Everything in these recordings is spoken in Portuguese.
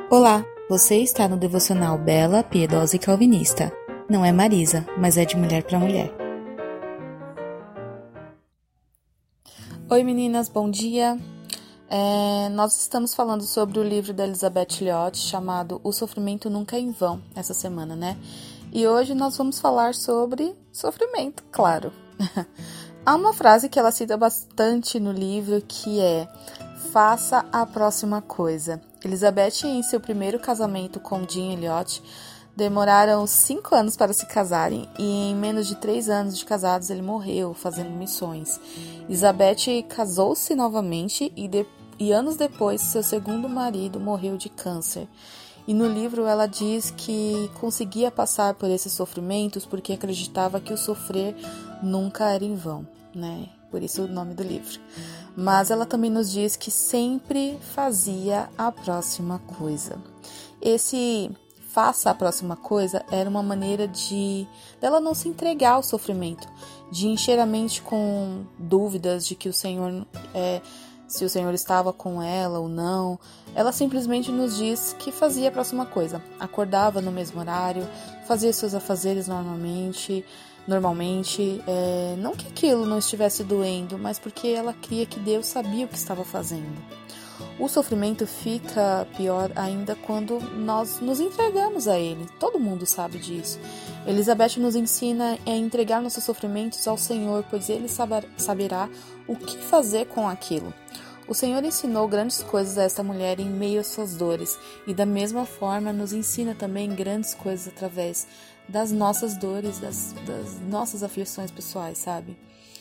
Olá, você está no devocional Bela, Piedosa e Calvinista. Não é Marisa, mas é de mulher para mulher. Oi meninas, bom dia. Nós estamos falando sobre o livro da Elizabeth Elliot chamado O Sofrimento Nunca é em Vão, essa semana, né? E hoje nós vamos falar sobre sofrimento, claro. Há uma frase que ela cita bastante no livro que é: faça a próxima coisa. Elizabeth, em seu primeiro casamento com Jim Elliot, demoraram 5 anos para se casarem e em menos de 3 anos de casados ele morreu fazendo missões. Elizabeth casou-se novamente e anos depois seu segundo marido morreu de câncer. E no livro ela diz que conseguia passar por esses sofrimentos porque acreditava que o sofrer nunca era em vão, né? Por isso o nome do livro. Mas ela também nos diz que sempre fazia a próxima coisa. Esse faça a próxima coisa era uma maneira dela não se entregar ao sofrimento, de encher a mente com dúvidas de que o Senhor se o Senhor estava com ela ou não. Ela simplesmente nos diz que fazia a próxima coisa. Acordava no mesmo horário, fazia seus afazeres normalmente, não que aquilo não estivesse doendo, mas porque ela cria que Deus sabia o que estava fazendo. O sofrimento fica pior ainda quando nós nos entregamos a Ele. Todo mundo sabe disso. Elizabeth nos ensina a entregar nossos sofrimentos ao Senhor, pois Ele saberá o que fazer com aquilo. O Senhor ensinou grandes coisas a esta mulher em meio às suas dores e da mesma forma nos ensina também grandes coisas através das nossas dores, das nossas aflições pessoais, sabe?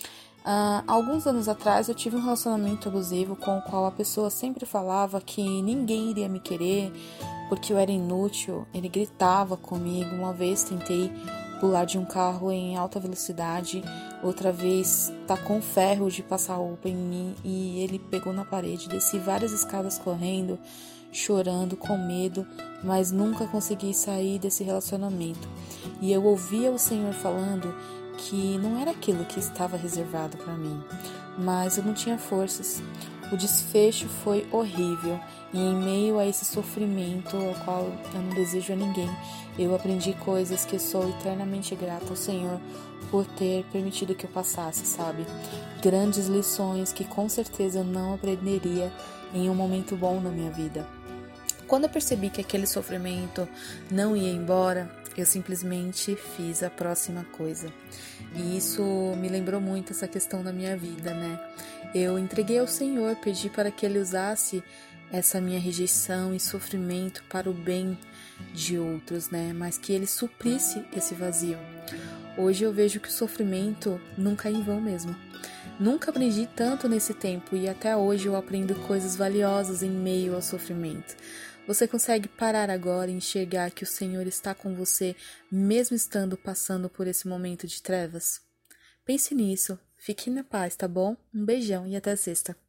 Alguns anos atrás eu tive um relacionamento abusivo com o qual a pessoa sempre falava que ninguém iria me querer porque eu era inútil. Ele gritava comigo. Uma vez tentei pular de um carro em alta velocidade, outra vez tacou um ferro de passar roupa em mim e ele pegou na parede. Desci várias escadas correndo, chorando, com medo, mas nunca consegui sair desse relacionamento. E eu ouvia o Senhor falando que não era aquilo que estava reservado para mim, mas eu não tinha forças. O desfecho foi horrível e em meio a esse sofrimento, ao qual eu não desejo a ninguém, eu aprendi coisas que sou eternamente grata ao Senhor por ter permitido que eu passasse, sabe? Grandes lições que com certeza eu não aprenderia em um momento bom na minha vida. Quando eu percebi que aquele sofrimento não ia embora, eu simplesmente fiz a próxima coisa. E isso me lembrou muito essa questão da minha vida, né? Eu entreguei ao Senhor, pedi para que Ele usasse essa minha rejeição e sofrimento para o bem de outros, né? Mas que Ele suprisse esse vazio. Hoje eu vejo que o sofrimento nunca é em vão mesmo. Nunca aprendi tanto nesse tempo e até hoje eu aprendo coisas valiosas em meio ao sofrimento. Você consegue parar agora e enxergar que o Senhor está com você, mesmo estando passando por esse momento de trevas? Pense nisso. Fique na paz, tá bom? Um beijão e até sexta.